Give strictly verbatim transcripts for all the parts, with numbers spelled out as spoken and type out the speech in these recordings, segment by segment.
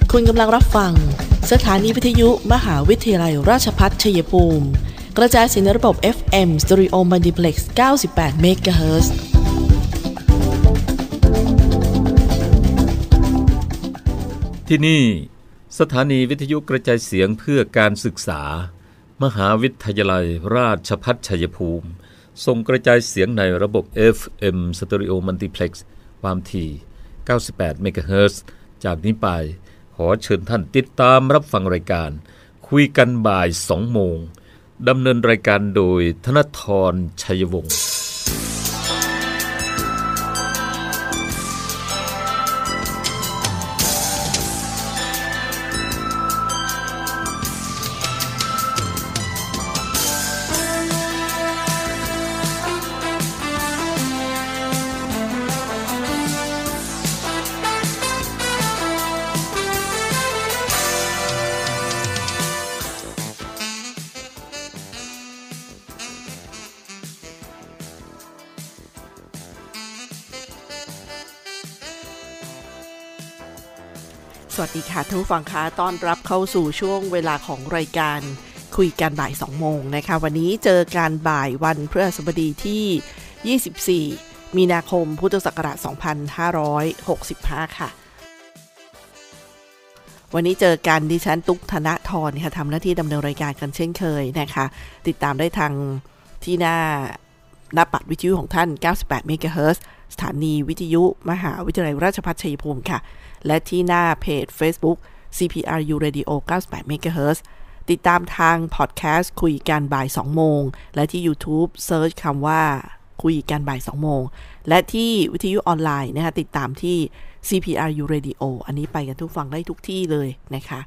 คุณกำลังรับฟังสถานีวิทยุมหาวิทยาลัยราชภัฏชัยภูมิกระจายเสียงในระบบ เอฟ เอ็ม Stereo Multiplex เก้าสิบแปด เมกะเฮิรตซ์ที่นี่สถานีวิทยุกระจายเสียงเพื่อการศึกษามหาวิทยาลัยราชภัฏชัยภูมิส่งกระจายเสียงในระบบ เอฟ เอ็ม Stereo Multiplex ความถี่เก้าสิบแปด เมกะเฮิรตซ์ จากนี้ไปขอเชิญท่านติดตามรับฟังรายการคุยกันบ่ายสองโมงดำเนินรายการโดยธนธรชัยวงศ์สวัสดีค่ะทุกฝั่งคะต้อนรับเข้าสู่ช่วงเวลาของรายการคุยกันบ่ายสองโมงนะคะวันนี้เจอกันบ่ายวันพฤหัสบดีที่ยี่สิบสี่มีนาคมพุทธศักราชสองพันห้าร้อยหกสิบห้าค่ะวันนี้เจอกันดิฉันตุ๊กธนธรค่ะทำหน้าที่ดำเนินรายการกันเช่นเคยนะคะติดตามได้ทางที่หน้าหน้าปัดวิทยุของท่านเก้าสิบแปด เมกะเฮิรตซ์ สถานีวิทยุมหาวิทยาลัยราชภัฏชัยภูมิค่ะและที่หน้าเพจ Facebook ซี พี อาร์ ยู Radio เก้าสิบแปด เมกะเฮิรตซ์ ติดตามทางพอดแคสต์คุยกันบ่ายสองโมงและที่ YouTube เซิร์ชคำว่าคุยกันบ่ายสองโมงและที่วิทยุออนไลน์นะคะติดตามที่ ซี พี อาร์ ยู Radio อันนี้ไปกันทุกฟังได้ทุกที่เลยนะคะ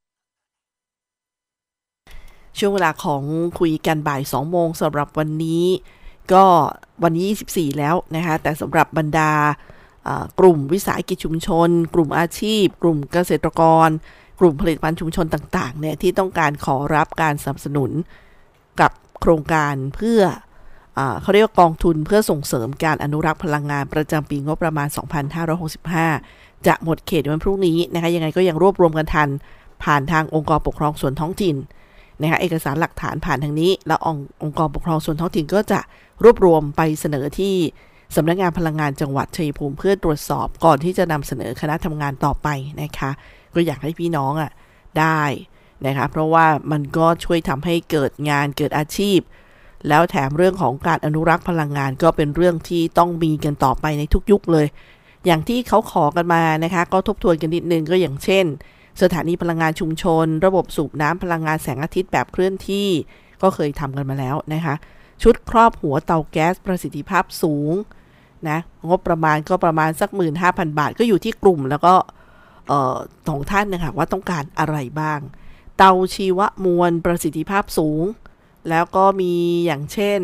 ช่วงเวลาของคุยกันบ่ายสองโมงสำหรับวันนี้ก็วันนี้ยี่สิบสี่แล้วนะคะแต่สำหรับบรรดากลุ่มวิสาหกิจชุมชนกลุ่มอาชีพกลุ่มเกษตรกรกลุ่มผลิตภัณฑ์ชุมชนต่างๆเนี่ยที่ต้องการขอรับการสนับสนุนกับโครงการเพื่ออ่าเขาเรียกว่ากองทุนเพื่อส่งเสริมการอนุรักษ์พลังงานประจำปีงบประมาณสองพันห้าร้อยหกสิบห้าจะหมดเขตวันพรุ่งนี้นะคะยังไงก็ยังรวบรวมกันทันผ่านทางองค์กรปกครองส่วนท้องถิ่นนะคะเอกสารหลักฐานผ่านทางนี้แล้วองค์องค์กรปกครองส่วนท้องถิ่นก็จะรวบรวมไปเสนอที่สำนักงานพลังงานจังหวัดชัยภูมิเพื่อตรวจสอบก่อนที่จะนำเสนอคณะทำงานต่อไปนะคะก็อยากให้พี่น้องอ่ะได้นะคะเพราะว่ามันก็ช่วยทำให้เกิดงานเกิดอาชีพแล้วแถมเรื่องของการอนุรักษ์พลังงานก็เป็นเรื่องที่ต้องมีกันต่อไปในทุกยุคเลยอย่างที่เขาขอกันมานะคะก็ทบทวนกันนิดนึงก็อย่างเช่นสถานีพลังงานชุมชนระบบสูบน้ำพลังงานแสงอาทิตย์แบบเคลื่อนที่ก็เคยทำกันมาแล้วนะคะชุดครอบหัวเตาแก๊สประสิทธิภาพสูงนะงบประมาณก็ประมาณสัก หนึ่งหมื่นห้าพัน บาทก็อยู่ที่กลุ่มแล้วก็เอ่อของท่านนะคะว่าต้องการอะไรบ้างเตาชีวมวลประสิทธิภาพสูงแล้วก็มีอย่างเช่น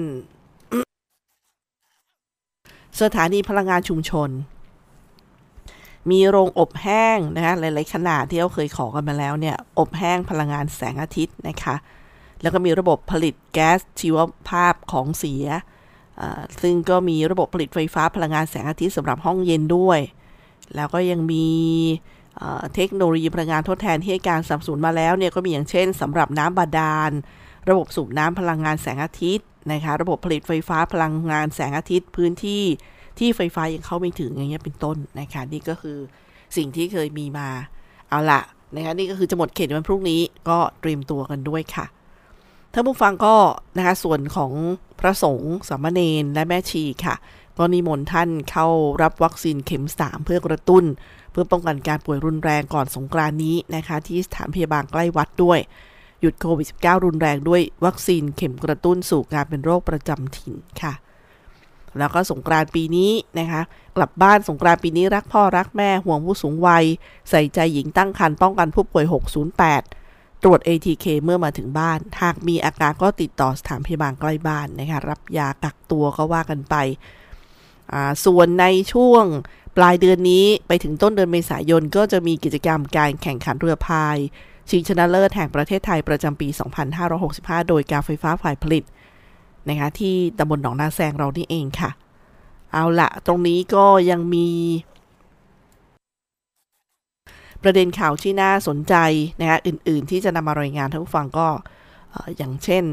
สถานีพลังงานชุมชนมีโรงอบแห้งนะคะหลายๆขนาดที่เราเคยขอกันมาแล้วเนี่ยอบแห้งพลังงานแสงอาทิตย์นะคะแล้วก็มีระบบผลิตแก๊สชีวภาพของเสียซึ่งก็มีระบบผลิตไฟฟ้าพลังงานแสงอาทิตย์สำหรับห้องเย็นด้วยแล้วก็ยังมีเทคโนโลยีพลังงานทดแทนที่ให้การสนับสนุนมาแล้วเนี่ยก็มีอย่างเช่นสำหรับน้ำบาดาลระบบสูบน้ำพลังงานแสงอาทิตย์นะคะระบบผลิตไฟฟ้าพลังงานแสงอาทิตย์พื้นที่ที่ไฟฟ้ายังเข้าไม่ถึงอย่างเงี้ยเป็นต้นนะคะนี่ก็คือสิ่งที่เคยมีมาเอาละนะคะนี่ก็คือจะหมดเขตวันพรุ่งนี้ก็เตรียมตัวกันด้วยค่ะท่านผู้ฟังก็นะคะส่วนของพระสงฆ์สามเณรและแม่ชีค่ะก็นิมนต์ท่านเข้ารับวัคซีนเข็มสามเพื่อกระตุ้นเพื่อป้องกันการป่วยรุนแรงก่อนสงกรานต์นี้นะคะที่สถานพยาบาลใกล้วัดด้วยหยุดโควิด สิบเก้า รุนแรงด้วยวัคซีนเข็มกระตุ้นสู่การเป็นโรคประจำถิ่นค่ะแล้วก็สงกรานต์ปีนี้นะคะกลับบ้านสงกรานต์ปีนี้รักพ่อรักแม่ห่วงผู้สูงวัยใส่ใจหญิงตั้งครรภ์ป้องกันผู้ป่วยหกศูนย์แปดตรวจ เอ ที เค เมื่อมาถึงบ้านหากมีอาการก็ติดต่อสถานพยาบาลใกล้บ้านนะคะรับยากักตัวก็ว่ากันไปอ่าส่วนในช่วงปลายเดือนนี้ไปถึงต้นเดือนเมษายนก็จะมีกิจกรรมการแข่งขันเรือพายชิงชนะเลิศแห่งประเทศไทยประจำปีสองพันห้าร้อยหกสิบห้าโดยการไฟฟ้าฝ่ายผลิตนะคะที่ตำบลหนองนาแซงเรานี่เองค่ะเอาละตรงนี้ก็ยังมีประเด็นข่าวที่น่าสนใจนะคะอื่นๆที่จะนำมารายงานท่านผู้ฟังก็อย่างเช่น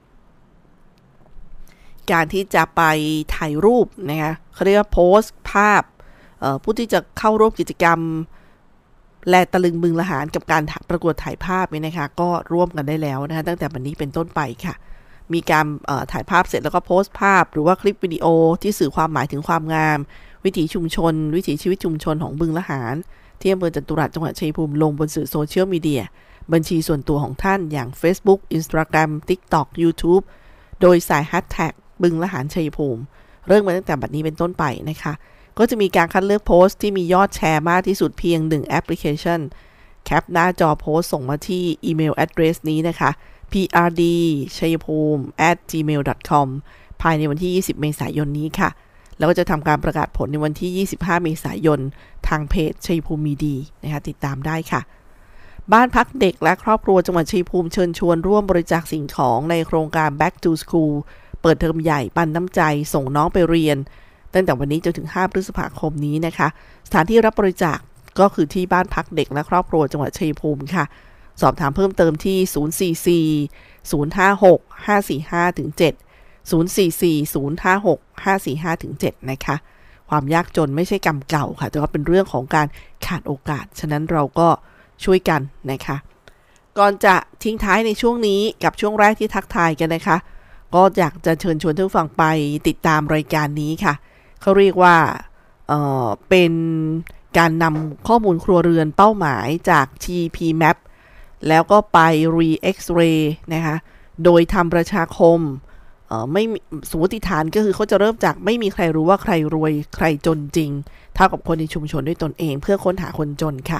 การที่จะไปถ่ายรูปนะคะเขาเรียกว่าโพสต์ภาพผู้ที่จะเข้าร่วมกิจกรรมแลตะลึงบึงละหารกับการประกวดถ่ายภาพเนี่ยนะคะก็ร่วมกันได้แล้วนะคะตั้งแต่วันนี้เป็นต้นไปค่ะมีการถ่ายภาพเสร็จแล้วก็โพสต์ภาพหรือว่าคลิปวิดีโอที่สื่อความหมายถึงความงามวิถีชุมชนวิถีชีวิตชุมชนของบึงละหารที่อำเภอจตุรัสจังหวัดชัยภูมิลงบนสื่อโซเชียลมีเดียบัญชีส่วนตัวของท่านอย่าง Facebook Instagram TikTok YouTube โดยใส่แฮชแท็กบึงละหารชัยภูมิเริ่มมาตั้งแต่บัดนี้เป็นต้นไปนะคะก็จะมีการคัดเลือกโพสต์ที่มียอดแชร์มากที่สุดเพียงหนึ่งแอปพลิเคชันแคปหน้าจอโพสต์ส่งมาที่อีเมล address นี้นะคะ พี อาร์ ดี ชัยภูมิ แอท จีเมล ดอท คอม ภายในวันที่ยี่สิบเมษายนนี้ค่ะแล้วก็จะทำการประกาศผลในวันที่ยี่สิบห้าเมษายนทางเพจชัยภูมิมีดีนะคะติดตามได้ค่ะบ้านพักเด็กและครอบครัวจังหวัดชัยภูมิเชิญชวนร่วมบริจาคสิ่งของในโครงการ Back to School เปิดเทอมใหญ่ปันน้ำใจส่งน้องไปเรียนตั้งแต่วันนี้จนถึงห้าพฤษภาคมนี้นะคะสถานที่รับบริจาคก็คือที่บ้านพักเด็กและครอบครัวจังหวัดชัยภูมิค่ะสอบถามเพิ่มเติมที่ศูนย์ สี่ สี่ ศูนย์ ห้า หก ห้า สี่ ห้า ถึง เจ็ด ศูนย์ สี่ สี่ ศูนย์ ห้า หก ห้า สี่ ห้า ถึง เจ็ดนะคะความยากจนไม่ใช่กรรมเก่าค่ะแต่ว่าเป็นเรื่องของการขาดโอกาสฉะนั้นเราก็ช่วยกันนะคะก่อนจะทิ้งท้ายในช่วงนี้กับช่วงแรกที่ทักทายกันนะคะก็อยากจะเชิญชวนทุกฝั่งไปติดตามรายการนี้ค่ะเขาเรียกว่าเอ่อเป็นการนำข้อมูลครัวเรือนเป้าหมายจาก ที พี Map แล้วก็ไป Re-X-ray นะคะโดยทำประชาคมเอ่อไม่สมมติฐานก็คือเขาจะเริ่มจากไม่มีใครรู้ว่าใครรวยใครจนจริงเท่ากับคนในชุมชนด้วยตนเองเพื่อค้นหาคนจนค่ะ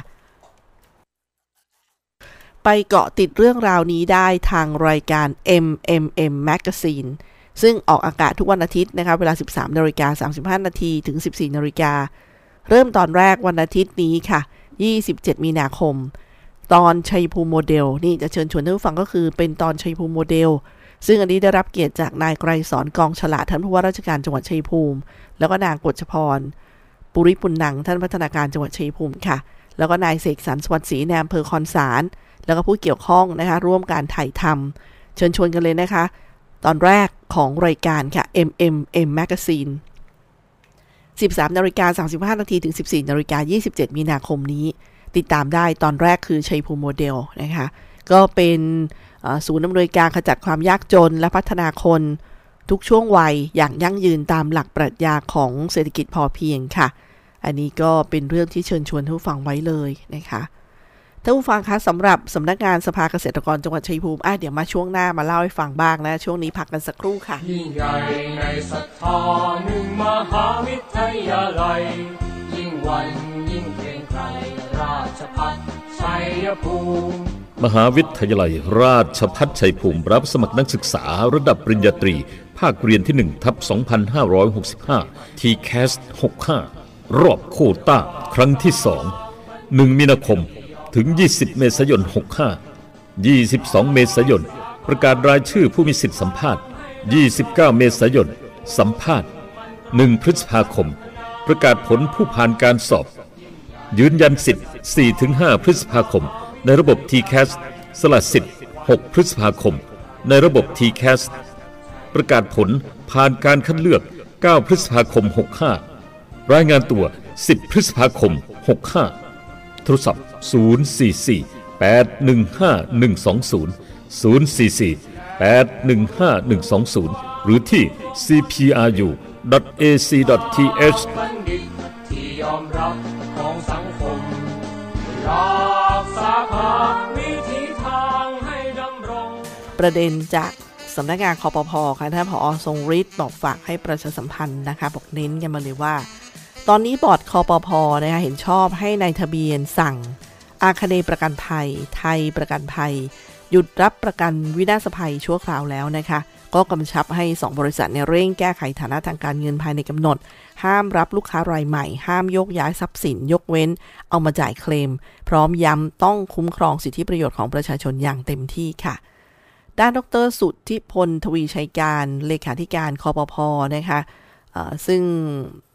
ไปเกาะติดเรื่องราวนี้ได้ทางรายการ เอ็ม เอ็ม เอ็ม Magazine ซึ่งออกอากาศทุกวันอาทิตย์นะคะเวลา สิบสามนาฬิกาสามสิบห้านาทีถึง สิบสี่นาฬิกาเริ่มตอนแรกวันอาทิตย์นี้ค่ะยี่สิบเจ็ดมีนาคมตอนชัยภูมิโมเดลนี่จะเชิญชวนท่านผู้ฟังก็คือเป็นตอนชัยภูมิโมเดลซึ่งอันนี้ได้รับเกียรติจากนายไกรสอนกองฉลาดท่านผู้ว่าราชการจังหวัดชัยภูมิแล้วก็นางกฤษพรปุริปุณณังท่านพัฒนาการจังหวัดชัยภูมิค่ะแล้วก็นายเสกสรรสวัสดิ์ศรีในอำเภอคอนสารแล้วก็ผู้เกี่ยวข้องนะคะร่วมการถ่ายทำเชิญชวนกันเลยนะคะตอนแรกของรายการค่ะ เอ็ม เอ็ม เอ็ม Magazine สิบสามนาฬิกาสามสิบห้านาทีถึง สิบสี่นาฬิกายี่สิบเจ็ดมีนาคมนี้ติดตามได้ตอนแรกคือชัยภูมิโมเดลนะคะก็เป็นศูนย์อำนวยการขจัดความยากจนและพัฒนาคนทุกช่วงวัยอย่างยั่งยืนตามหลักปรัชญาของเศรษฐกิจพอเพียงค่ะอันนี้ก็เป็นเรื่องที่เชิญชวนท่านผู้ฟังไว้เลยนะคะท่านผู้ฟังคะสำหรับสำนักงานสภาเกษตรกรจังหวัดชัยภูมิอ่ะเดี๋ยวมาช่วงหน้ามาเล่าให้ฟังบ้างนะช่วงนี้พักกันสักครู่ค่ะยิ่งใหญ่ในศรัทธาหนึ่งมหาวิทยาลัยยิ่งวันยิ่งเกรียงไกรราชภัฏชัยภูมิมหาวิทยาลัยราชภัฏชัยภูมิรับสมัครนักศึกษาระดับปริญญาตรีภาคเรียนที่ หนึ่งทับสองพันห้าร้อยหกสิบห้า ที แคส หกสิบห้ารอบโควต้าครั้งที่สองหนึ่งมีนาคมถึงยี่สิบเมษายนหกสิบห้า ยี่สิบสองเมษายนประกาศรายชื่อผู้มีสิทธิสัมภาษณ์ยี่สิบเก้าเมษายนสัมภาษณ์หนึ่งพฤษภาคมประกาศผลผู้ผ่านการสอบยืนยันสิทธิ์ สี่ถึงห้า พฤษภาคมในระบบ ที แคส สละสิทธิ์หกพฤษภาคมในระบบ ที แคส ประกาศผลผ่านการคัดเลือกเก้าพฤษภาคมหกสิบห้ารายงานตัวสิบพฤษภาคมหกสิบห้าโทรศัพท์ศูนย์ สี่ สี่ แปด หนึ่ง ห้า หนึ่ง สอง ศูนย์ ศูนย์ สี่ สี่ แปด หนึ่ง ห้า หนึ่ง สอง ศูนย์หรือที่ ซี พี อาร์ ยู ดอท เอ ซี ดอท ที เอชที่ยอมรับของสังคมรักษาภาพวิถีทางให้ดำรงประเด็นจากสำนักงานคปภ.ค่ะท่านผอ.ทรงฤทธิ์บอกฝากให้ประชาสัมพันธ์นะคะบอกเน้นกันมาเลยว่าตอนนี้บอร์ดคปภ.นะคะเห็นชอบให้นายทะเบียนสั่งอาคเนย์ประกันภัยไทยประกันภัยหยุดรับประกันวินาศภัยชั่วคราวแล้วนะคะก็กำชับให้สองบริษัทเนี่ยเร่งแก้ไขฐานะทางการเงินภายในกำหนดห้ามรับลูกค้ารายใหม่ห้ามโยกย้ายทรัพย์สินยกเว้นเอามาจ่ายเคลมพร้อมย้ำต้องคุ้มครองสิทธิประโยชน์ของประชาชนอย่างเต็มที่ค่ะด้านดร.สุทธิพลทวีชัยการเลขาธิการคปภ.นะคะซึ่ง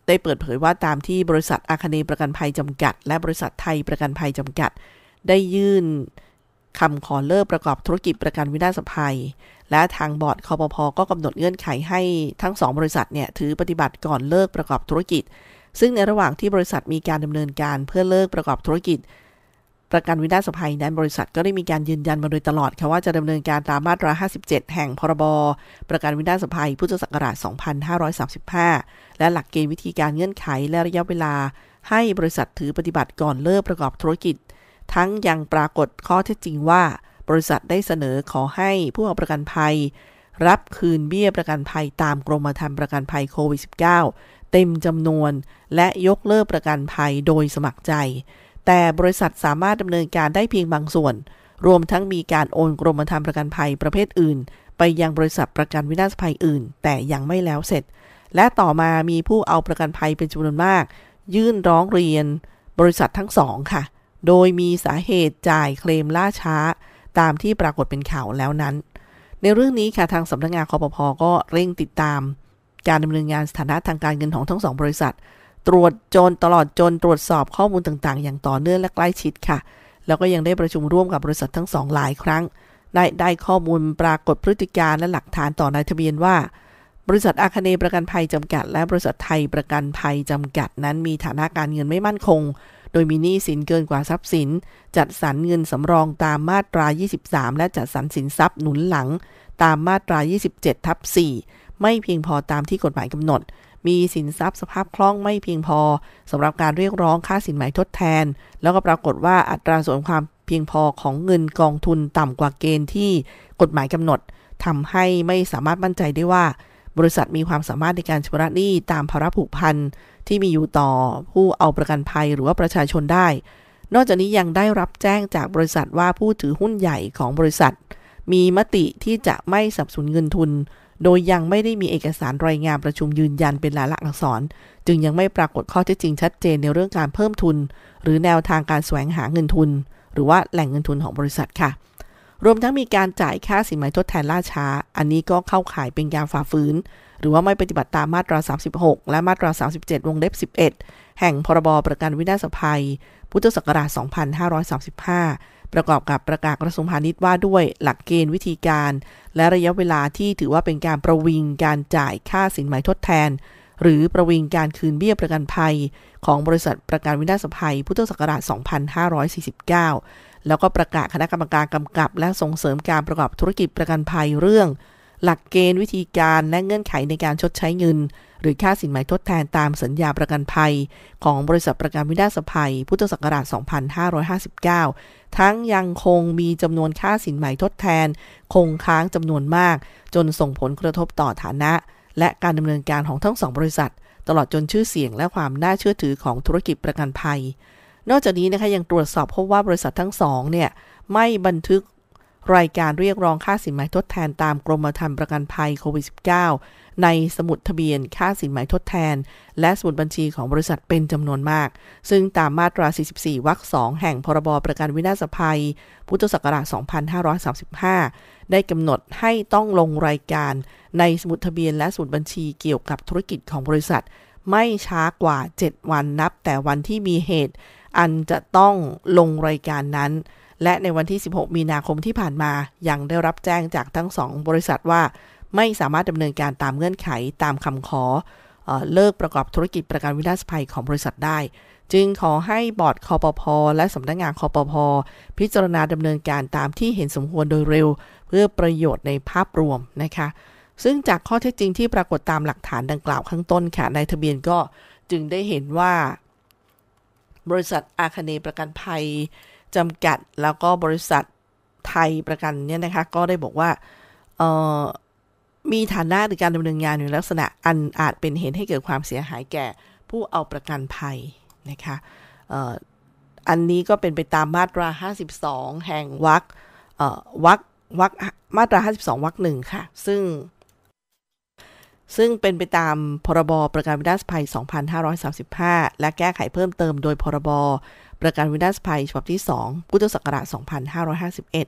ได้เปิดเผยว่าตามที่บริษัทอาคเนย์ประกันภัยจำกัดและบริษัทไทยประกันภัยจำกัดได้ยื่นคำขอเลิกประกอบธุรกิจประกันวินาศภัยและทางบอร์ดคปภ.ก็กำหนดเงื่อนไขให้ทั้งสองบริษัทเนี่ยถือปฏิบัติก่อนเลิกประกอบธุรกิจซึ่งในระหว่างที่บริษัทมีการดำเนินการเพื่อเลิกประกอบธุรกิจประกันวินาศภัยนั้นบริษัทก็ได้มีการยืนยันมาโดยตลอดค่ะว่าจะดำเนินการตามมาตราห้าสิบเจ็ดแห่งพรบประกันวินาศภัยพุทธศักราชสองพันห้าร้อยสามสิบห้าและหลักเกณฑ์วิธีการเงื่อนไขและระยะเวลาให้บริษัทถือปฏิบัติก่อนเลิกประกอบธุรกิจทั้งยังปรากฏข้อเท็จจริงว่าบริษัทได้เสนอขอให้ผู้เอาประกันภัยรับคืนเบี้ยประกันภัยตามกรมธรรม์ประกันภัยโควิด สิบเก้า เต็มจำนวนและยกเลิกประกันภัยโดยสมัครใจแต่บริษัทสามารถดำเนินการได้เพียงบางส่วนรวมทั้งมีการโอนกรมธรรม์ประกันภัยประเภทอื่นไปยังบริษัทประกันวินาศภัยอื่นแต่ยังไม่แล้วเสร็จและต่อมามีผู้เอาประกันภัยเป็นจำนวนมากยื่นร้องเรียนบริษัททั้งสองค่ะโดยมีสาเหตุจ่ายเคลมล่าช้าตามที่ปรากฏเป็นข่าวแล้วนั้นในเรื่องนี้ค่ะทางสำนักงานคปภ.ก็เร่งติดตามการดำเนินงานสถานะทางการเงินของทั้งสองบริษัทตรวจจนตลอดจนตรวจสอบข้อมูลต่างๆอย่างต่อเนื่องและใกล้ชิดค่ะแล้วก็ยังได้ประชุมร่วมกับบริษัททั้งสองหลายครั้งได้ได้ข้อมูลปรากฏพฤติการและหลักฐานต่อนายทะเบียนว่าบริษัทอาคเนย์ประกันภัยจำกัดและบริษัทไทยประกันภัยจำกัดนั้นมีฐานะการเงินไม่มั่นคงโดยมีหนี้สินเกินกว่าทรัพย์สินจัดสรรเงินสำรองตามมาตรายี่สิบสามและจัดสรรสินทรัพย์หนุนหลังตามมาตรายี่สิบเจ็ดทับสี่ไม่เพียงพอตามที่กฎหมายกำหนดมีสินทรัพย์สภาพคล่องไม่เพียงพอสำหรับการเรียกร้องค่าสินไหมทดแทนแล้วก็ปรากฏว่าอัตราส่วนความเพียงพอของเงินกองทุนต่ำกว่าเกณฑ์ที่กฎหมายกำหนดทำให้ไม่สามารถมั่นใจได้ว่าบริษัทมีความสามารถในการชำระหนี้ตามภาระผูกพันที่มีอยู่ต่อผู้เอาประกันภัยหรือว่าประชาชนได้นอกจากนี้ยังได้รับแจ้งจากบริษัทว่าผู้ถือหุ้นใหญ่ของบริษัทมีมติที่จะไม่สนับสนุนเงินทุนโดยยังไม่ได้มีเอกสารรายงานประชุมยืนยันเป็นลายลักษณ์อักษรจึงยังไม่ปรากฏข้อเท็จจริงชัดเจนในเรื่องการเพิ่มทุนหรือแนวทางการแสวงหาเงินทุนหรือว่าแหล่งเงินทุนของบริษัทค่ะรวมทั้งมีการจ่ายค่าสินไหมทดแทนล่าช้าอันนี้ก็เข้าข่ายเป็นการฝ่าฝืนหรือว่าไม่ปฏิบัติตามมาตราสามสิบหกและมาตราสามสิบเจ็ดวงเล็บสิบเอ็ดแห่งพรบประกันวินาศภัยพุทธศักราชสองพันห้าร้อยสามสิบห้าประกอบกับประกาศกระทรวงพาณิชย์ว่าด้วยหลักเกณฑ์วิธีการและระยะเวลาที่ถือว่าเป็นการประวิงการจ่ายค่าสินไหมทดแทนหรือประวิงการคืนเบี้ยประกันภัยของบริษัทประกันวินาศภัยพุทธศักราชสองพันห้าร้อยสี่สิบเก้าแล้วก็ประกาศคณะกรรมการกำกับและส่งเสริมการประกอบธุรกิจประกันภัยเรื่องหลักเกณฑ์วิธีการและเงื่อนไขในการชดใช้เงินหรือค่าสินไหมทดแทนตามสัญญาประกันภัยของบริษัทประกันวินาศภัยพุทธศักราชสองพันห้าร้อยห้าสิบเก้าทั้งยังคงมีจำนวนค่าสินไหมทดแทนคงค้างจำนวนมากจนส่งผลกระทบต่อฐานะและการดำเนินการของทั้งสองบริษัทตลอดจนชื่อเสียงและความน่าเชื่อถือของธุรกิจประกันภัยนอกจากนี้นะคะยังตรวจสอบพบว่าบริษัททั้งสองเนี่ยไม่บันทึกรายการเรียกร้องค่าสินไหมทดแทนตามกรมธรรม์ประกันภัยโควิด สิบเก้า ในสมุดทะเบียนค่าสินไหมทดแทนและสมุดบัญชีของบริษัทเป็นจำนวนมากซึ่งตามมาตราสี่สิบสี่วรรคสองแห่งพรบประกันวินาศภัยพุทธศักราชสองพันห้าร้อยสามสิบห้าได้กำหนดให้ต้องลงรายการในสมุดทะเบียนและสมุดบัญชีเกี่ยวกับธุรกิจของบริษัทไม่ช้ากว่าเจ็ดวันนับแต่วันที่มีเหตุอันจะต้องลงรายการนั้นและในวันที่สิบหกมีนาคมที่ผ่านมายังได้รับแจ้งจากทั้งสองบริษัทว่าไม่สามารถดำเนินการตามเงื่อนไขตามคำขอเอ่อเลิกประกอบธุรกิจประกันวินาศภัยของบริษัทได้จึงขอให้บอร์ดคปภ.และสำนักงานคปภ.พิจารณาดำเนินการตามที่เห็นสมควรโดยเร็วเพื่อประโยชน์ในภาพรวมนะคะซึ่งจากข้อเท็จจริงที่ปรากฏตามหลักฐานดังกล่าวข้างต้นค่ะนายทะเบียนก็จึงได้เห็นว่าบริษัทอาคเนย์ประกันภัยจำกัดแล้วก็บริษัทไทยประกันเนี่ยนะคะก็ได้บอกว่าเอ่อมีฐานะหรือการดำเนินงานในลักษณะอันอาจเป็นเหตุให้เกิดความเสียหายแก่ผู้เอาประกันภัยนะคะเอ่ออันนี้ก็เป็นไปตามมาตราห้าสิบสองแห่งวรรคเอ่อวรรควรรคมาตราห้าสิบสองวรรคหนึ่งค่ะซึ่งซึ่งเป็นไปตามพรบประกันวินาศภัยสองพันห้าร้อยสามสิบห้าและแก้ไขเพิ่มเติมโดยพรบประกันวินาศภัยฉบับที่สองพุทธศักราชสองพันห้าร้อยห้าสิบเอ็ด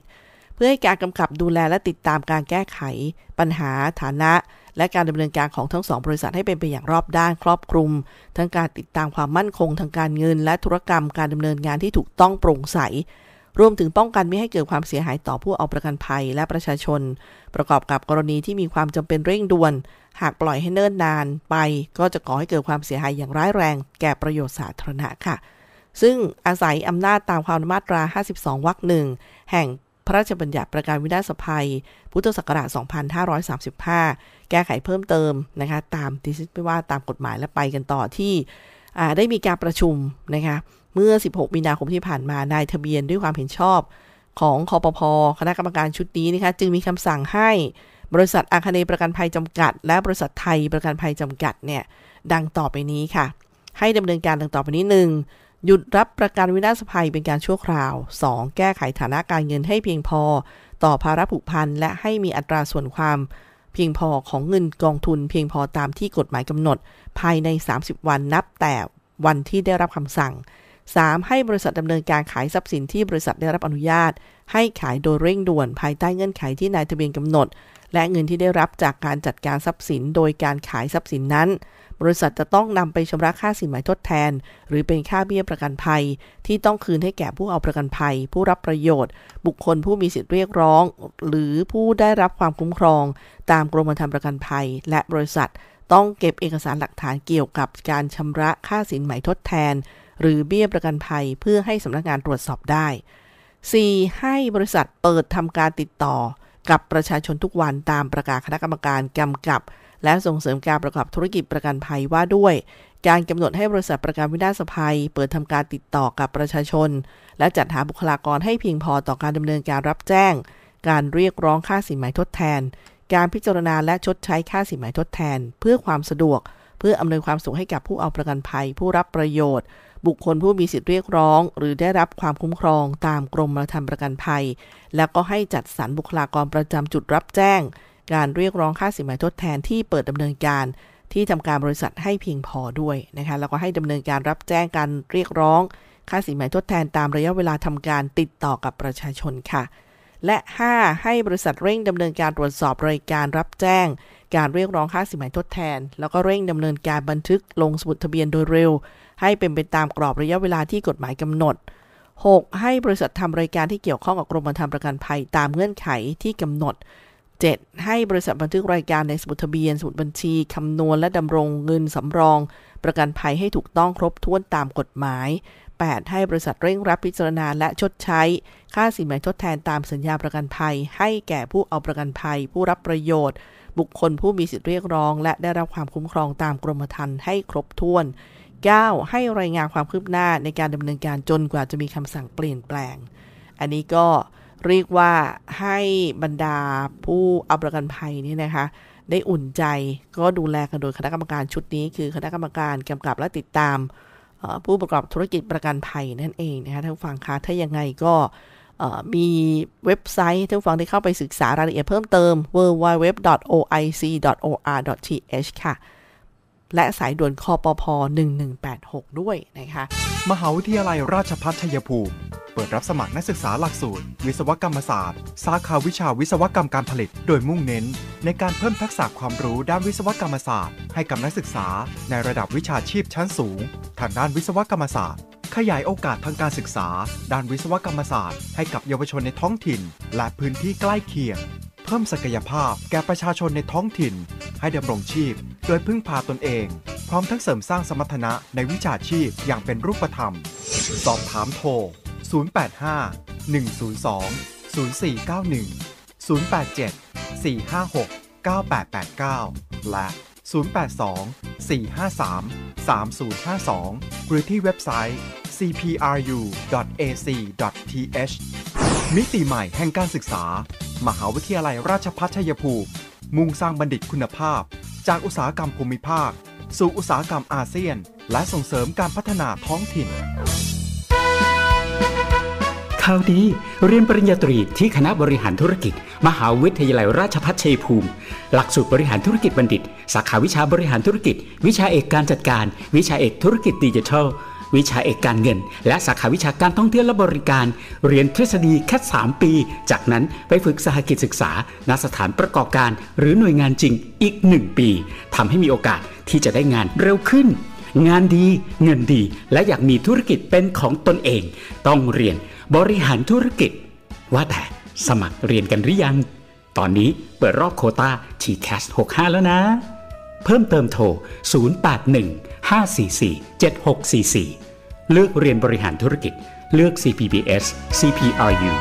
เพื่อให้การกำกับดูแลและติดตามการแก้ไขปัญหาฐานะและการดำเนินการของทั้งสองบริษัทให้เป็นไปอย่างรอบด้านครอบคลุมทั้งการติดตามความมั่นคงทางการเงินและธุรกรรมการดำเนินงานที่ถูกต้องโปร่งใสรวมถึงป้องกันไม่ให้เกิดความเสียหายต่อผู้เอาประกันภัยและประชาชนประกอบกับกรณีที่มีความจำเป็นเร่งด่วนหากปล่อยให้เนิ่นนานไปก็จะก่อให้เกิดความเสียหายอย่างร้ายแรงแก่ประโยชน์สาธารณะค่ะซึ่งอาศัยอำนาจตามความมาตราห้าสิบสองวรรคหนึ่งแห่งพระราชบัญญัติประกันวินาศภัยพุทธศักราชสองพันห้าร้อยสามสิบห้าแก้ไขเพิ่มเติมนะคะตามที่ไม่ว่าตามกฎหมายและไปกันต่อที่ได้มีการประชุมนะคะเมื่อสิบหกมีนาคมที่ผ่านมานายทะเบียนด้วยความเห็นชอบของคปภ.คณะกรรมการชุดนี้นะคะจึงมีคำสั่งให้บริษัทอาคเนย์ประกันภัยจำกัดและบริษัทไทยประกันภัยจำกัดเนี่ยดังต่อไปนี้ค่ะให้ดำเนินการดังต่อไปนี้ หนึ่งหยุดรับประกันวินาศภัยเป็นการชั่วคราว สองแก้ไขฐานะการเงินให้เพียงพอต่อภาระผูกพันและให้มีอัตราส่วนความเพียงพอของเงินกองทุนเพียงพอตามที่กฎหมายกำหนดภายในสามสิบวันนับแต่วันที่ได้รับคำสั่ง สามให้บริษัทดำเนินการขายทรัพย์สินที่บริษัทได้รับอนุญาตให้ขายโดยเร่งด่วนภายใต้เงื่อนไขที่นายทะเบียนกำหนดและเงินที่ได้รับจากการจัดการทรัพย์สินโดยการขายทรัพย์สินนั้นบริษัทจะต้องนำไปชำระค่าสินไหมทดแทนหรือเป็นค่าเบี้ยประกันภัยที่ต้องคืนให้แก่ผู้เอาประกันภัยผู้รับประโยชน์บุคคลผู้มีสิทธิเรียกร้องหรือผู้ได้รับความคุ้มครองตามกรมธรรม์ประกันภัยและบริษัทต้องเก็บเอกสารหลักฐานเกี่ยวกับการชำระค่าสินไหมทดแทนหรือเบี้ยประกันภัยเพื่อให้สำนักงานตรวจสอบได้ สี่ ให้บริษัทเปิดทำการติดต่อกับประชาชนทุกวันตามประกาศคณะกรรมการกำกับและส่งเสริมการประกอบธุรกิจประกันภัยว่าด้วยการกำหนดให้บริษัทประกันวินาศภัยเปิดทำการติดต่อกับประชาชนและจัดหาบุคลากรให้เพียงพอต่อการดำเนินการรับแจ้งการเรียกร้องค่าสินไหมทดแทนการพิจารณาและชดใช้ค่าสินไหมทดแทนเพื่อความสะดวกเพื่ออำนวยความสุขให้กับผู้เอาประกันภัยผู้รับประโยชน์บุคคลผู้มีสิทธิเรียกร้องหรือได้รับความคุ้มครองตามกรมธรรม์ประกันภัยแล้วก็ให้จัดสรรบุคลากรประจำจุดรับแจ้งการเรียกร้องค่าสินไหมทดแทนที่เปิดดำเนินการที่ทำการบริษัทให้เพียงพอด้วยนะคะแล้วก็ให้ดำเนินการรับแจ้งการเรียกร้องค่าสินไหมทดแทนตามระยะเวลาทำการติดต่อกับประชาชนค่ะและห้าให้บริษัทเร่งดำเนินการตรวจสอบรายการรับแจ้งการเรียกร้องค่าสินไหมทดแทนแล้วก็เร่งดำเนินการบันทึกลงสมุดทะเบียนโดยเร็วให้เป็นไปตามกรอบระยะเวลาที่กฎหมายกำหนด หกให้บริษัททำรายการที่เกี่ยวข้องกับกรมธรรม์ประกันภัยตามเงื่อนไขที่กำหนด เจ็ดให้บริษัทบันทึกรายการในสมุดทะเบียนสมุดบัญชีคำนวณและดำรงเงินสำรองประกันภัยให้ถูกต้องครบถ้วนตามกฎหมาย แปดให้บริษัทเร่งรับพิจารณาและชดใช้ค่าสินไหมทดแทนตามสัญญาประกันภัยให้แก่ผู้เอาประกันภัยผู้รับประโยชน์บุคคลผู้มีสิทธิเรียกร้องและได้รับความคุ้มครองตามกรมธรรม์ให้ครบถ้วน เก้าให้รายงานความคืบหน้าในการดำเนินการจนกว่าจะมีคำสั่งเปลี่ยนแปลงอันนี้ก็เรียกว่าให้บรรดาผู้เอาประกันภัยนี่นะคะได้อุ่นใจก็ดูแลกันโดยคณะกรรมการชุดนี้คือคณะกรรมการกำกับและติดตามผู้ประกอบธุรกิจประกันภัยนั่นเองนะคะท่านฟังคะถ้ายังไงก็มีเว็บไซต์ท่านฟังได้เข้าไปศึกษารายละเอียดเพิ่มเติม ดับเบิลยู ดับเบิลยู ดับเบิลยู ดอท โอ ไอ ซี ดอท โอ อาร์ ดอท ที เอช ค่ะและสายด่วนคปภหนึ่งหนึ่งแปดหกด้วยนะคะมหาวิทยาลัยราชภัฏชัยภูมิเปิดรับสมัครนักศึกษาหลักสูตรวิศวกรรมศาสตร์สาขาวิชาวิศวกรรมการผลิตโดยมุ่งเน้นในการเพิ่มทักษะความรู้ด้านวิศวกรรมศาสตร์ให้กับนักศึกษาในระดับวิชาชีพชั้นสูงทางด้านวิศวกรรมศาสตร์ขยายโอกาสทางการศึกษาด้านวิศวกรรมศาสตร์ให้กับเยาวชนในท้องถิ่นและพื้นที่ใกล้เคียงเพิ่มศักยภาพแก่ประชาชนในท้องถิ่นให้ดำรงชีพโดยพึ่งพาตนเองพร้อมทั้งเสริมสร้างสมรรถนะในวิชาชีพอย่างเป็นรูปธรรมสอบถามโทรศูนย์ แปด ห้า หนึ่ง ศูนย์ สอง ศูนย์ สี่ เก้า หนึ่ง ศูนย์ แปด เจ็ด สี่ ห้า หก เก้า แปด แปด เก้าและศูนย์ แปด สอง สี่ ห้า สาม สาม ศูนย์ ห้า สองหรือที่เว็บไซต์ ซี พี อาร์ ยู ดอท เอ ซี ดอท ที เอช มิติใหม่แห่งการศึกษามหาวิทยาลัยราชภัฏชัยภูมิมุ่งสร้างบัณฑิตคุณภาพจากอุตสาหกรรมภูมิภาคสู่อุตสาหกรรมอาเซียนและส่งเสริมการพัฒนาท้องถิ่นข่าวดีเรียนปริญญาตรีที่คณะบริหารธุรกิจมหาวิทยาลัยราชภัฏชัยภูมิหลักสูตรบริหารธุรกิจบัณฑิตสาขาวิชาบริหารธุรกิจวิชาเอกการจัดการวิชาเอกธุรกิจดิจิทัลวิชาเอกการเงินและสาขาวิชาการท่องเที่ยวและบริการเรียนทฤษฎีแค่สามปีจากนั้นไปฝึกสหกิจศึกษาณสถานประกอบการหรือหน่วยงานจริงอีกหนึ่งปีทำให้มีโอกาสที่จะได้งานเร็วขึ้นงานดีเงินดีและอยากมีธุรกิจเป็นของตนเองต้องเรียนบริหารธุรกิจว่าแต่สมัครเรียนกันหรือยังตอนนี้เปิดรอบโควต้า ที แคส หกสิบห้าแล้วนะเพิ่มเติมโทรศูนย์ แปด หนึ่ง ห้า สี่ สี่ เจ็ด หก สี่ สี่เลือกเรียนบริหารธุรกิจเลือก ซี พี บี เอส ซี พี อาร์ ยู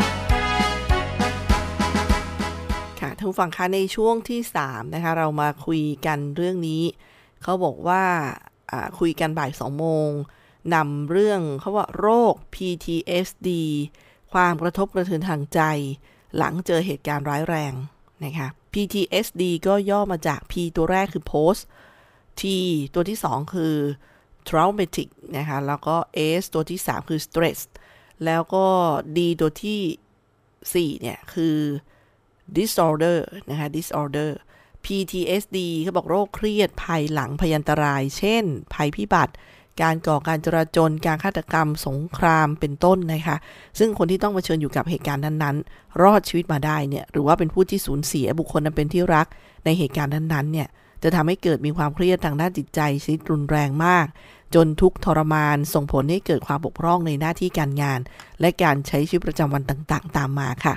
ค่ะท่านผู้ฟังคะในช่วงที่สามนะคะเรามาคุยกันเรื่องนี้เขาบอกว่าคุยกันบ่ายสองโมงนำเรื่องเขาว่าโรค พี ที เอส ดี ความกระทบกระเทือนทางใจหลังเจอเหตุการณ์ร้ายแรงนะคะ พี ที เอส ดี ก็ย่อมาจาก P ตัวแรกคือ post T ตัวที่สองคือ traumatic นะคะแล้วก็ S ตัวที่สามคือ stress แล้วก็ D ตัวที่สี่เนี่ยคือ disorder นะคะ disorderพี ที เอส ดี เขาบอกโรคเครียดภายหลังพยันตรายเช่นภัยพิบัติการก่อการจราจรการฆาตกรรมสงครามเป็นต้นนะคะซึ่งคนที่ต้องเผชิญอยู่กับเหตุการณ์นั้นๆรอดชีวิตมาได้เนี่ยหรือว่าเป็นผู้ที่สูญเสียบุคคลนั้นเป็นที่รักในเหตุการณ์นั้นๆเนี่ยจะทำให้เกิดมีความเครียดทางด้านจิตใจชนิดรุนแรงมากจนทุกข์ทรมานส่งผลให้เกิดความบกพร่องในหน้าที่การงานและการใช้ชีวิตประจำวันต่างๆตามมาค่ะ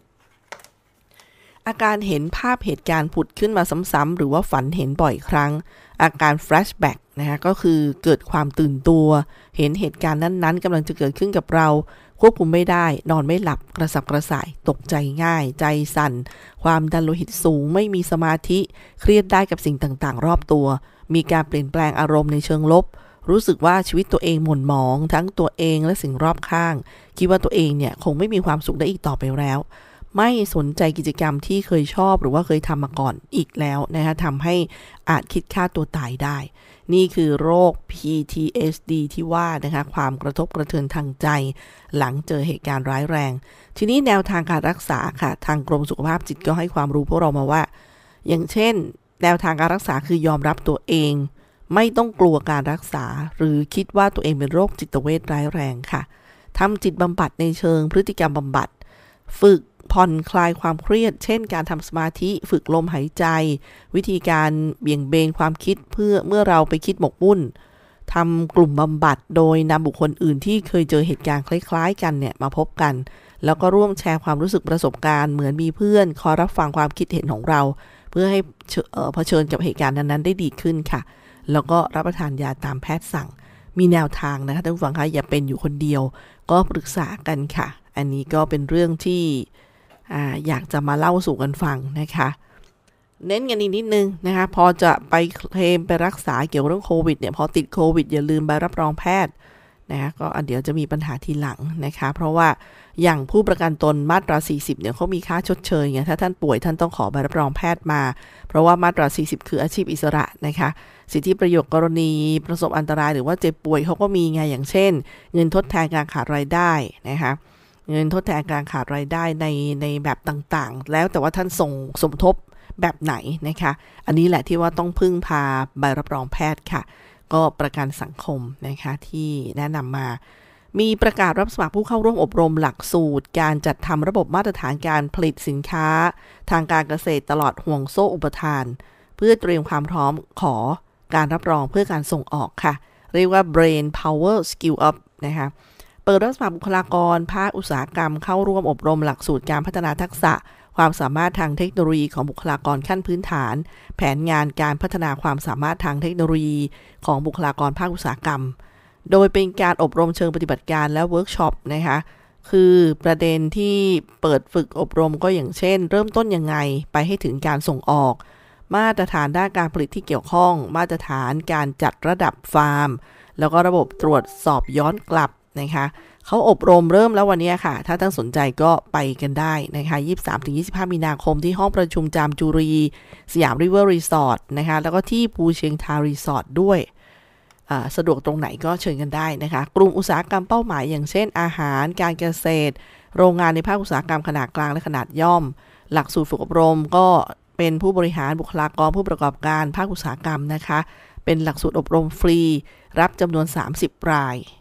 อาการเห็นภาพเหตุการณ์ผุดขึ้นมาซ้ำๆหรือว่าฝันเห็นบ่อยครั้งอาการแฟลชแบ็กนะคะก็คือเกิดความตื่นตัวเห็นเหตุการณ์นั้นๆกำลังจะเกิดขึ้นกับเราควบคุมไม่ได้นอนไม่หลับกระสับกระส่ายตกใจง่ายใจสั่นความดันโลหิตสูงไม่มีสมาธิเครียดได้กับสิ่งต่างๆรอบตัวมีการเปลี่ยนแปลงอารมณ์ในเชิงลบรู้สึกว่าชีวิตตัวเองหม่นหมองทั้งตัวเองและสิ่งรอบข้างคิดว่าตัวเองเนี่ยคงไม่มีความสุขได้อีกต่อไปแล้วไม่สนใจกิจกรรมที่เคยชอบหรือว่าเคยทำมาก่อนอีกแล้วนะคะทำให้อาจคิดฆ่าตัวตายได้นี่คือโรค พี ที เอส ดี ที่ว่านะคะความกระทบกระเทือนทางใจหลังเจอเหตุการณ์ร้ายแรงทีนี้แนวทางการรักษาค่ะทางกรมสุขภาพจิตก็ให้ความรู้พวกเรามาว่าอย่างเช่นแนวทางการรักษาคือยอมรับตัวเองไม่ต้องกลัวการรักษาหรือคิดว่าตัวเองเป็นโรคจิตเวชร้ายแรงค่ะทำจิตบำบัดในเชิงพฤติกรรมบำบัดฝึกผ่อนคลายความเครียดเช่นการทำสมาธิฝึกลมหายใจวิธีการเบี่ยงเบนความคิดเพื่อเมื่อเราไปคิดหมกมุ่นทำกลุ่มบำบัดโดยนำบุคคลอื่นที่เคยเจอเหตุการณ์คล้ายๆกันเนี่ยมาพบกันแล้วก็ร่วมแชร์ความรู้สึกประสบการณ์เหมือนมีเพื่อนคอยรับฟังความคิดเห็นของเราเพื่อให้เผชิญกับเหตุการณ์นั้นๆได้ดีขึ้นค่ะแล้วก็รับประทานยาตามแพทย์สั่งมีแนวทางนะคะท่านผู้ฟังคะอย่าเป็นอยู่คนเดียวก็ปรึกษากันค่ะอันนี้ก็เป็นเรื่องที่อ่าอยากจะมาเล่าสู่กันฟังนะคะเน้นกันอีกนิดนึงนะคะพอจะไปเคลมไปรักษาเกี่ยวกับเรื่องโควิดเนี่ยพอติดโควิดอย่าลืมใบรับรองแพทย์นะคะก็เดี๋ยวจะมีปัญหาทีหลังนะคะเพราะว่าอย่างผู้ประกันตนมาตราสี่สิบเนี่ยเขามีค่าชดเชยไงถ้าท่านป่วยท่านต้องขอใบรับรองแพทย์มาเพราะว่ามาตราสี่สิบคืออาชีพอิสระนะคะสิทธิประโยชน์กรณีประสบอันตรายหรือว่าเจ็บป่วยเขาก็มีไงอย่างเช่นเงินทดแทนการขาดรายได้นะคะเงินทดแทนการขาดรายได้ในในแบบต่างๆแล้วแต่ว่าท่านส่งสมทบแบบไหนนะคะอันนี้แหละที่ว่าต้องพึ่งพาใบรับรองแพทย์ค่ะก็ประกันสังคมนะคะที่แนะนำมามีประกาศรับสมัครผู้เข้าร่วมอบรมหลักสูตรการจัดทำระบบมาตรฐานการผลิตสินค้าทางการเกษตรตลอดห่วงโซ่อุปทานเพื่อเตรียมความพร้อมขอการรับรองเพื่อการส่งออกค่ะเรียกว่า Brain Power Skill Up นะคะเปิดรับสมัครบุคลากรภาคอุตสาหกรรมเข้าร่วมอบรมหลักสูตรการพัฒนาทักษะความสามารถทางเทคโนโลยีของบุคลากรขั้นพื้นฐานแผนงานการพัฒนาความสามารถทางเทคโนโลยีของบุคลากรภาคอุตสาหกรรมโดยเป็นการอบรมเชิงปฏิบัติการและเวิร์กช็อปนะคะคือประเด็นที่เปิดฝึกอบรมก็อย่างเช่นเริ่มต้นยังไงไปให้ถึงการส่งออกมาตรฐานด้านการผลิตที่เกี่ยวข้องมาตรฐานการจัดระดับฟาร์มแล้วก็ระบบตรวจสอบย้อนกลับนะคะเขาอบรมเริ่มแล้ววันนี้ค่ะถ้าท่านสนใจก็ไปกันได้นะคะ ยี่สิบสามถึงยี่สิบห้า มีนาคมที่ห้องประชุมจามจุรีสยามริเวอร์รีสอร์ทนะคะแล้วก็ที่ภูเชียงทารีสอร์ทด้วยสะดวกตรงไหนก็เชิญกันได้นะคะกลุ่มอุตสาหกรรมเป้าหมายอย่างเช่นอาหารการเกษตรโรงงานในภาคอุตสาหกรรมขนาดกลางและขนาดย่อมหลักสูตรฝึกอบรมก็เป็นผู้บริหารบุคลากรผู้ประกอบการภาคอุตสาหกรรมนะคะเป็นหลักสูตรอบรมฟรีรับจำนวนสามสิบราย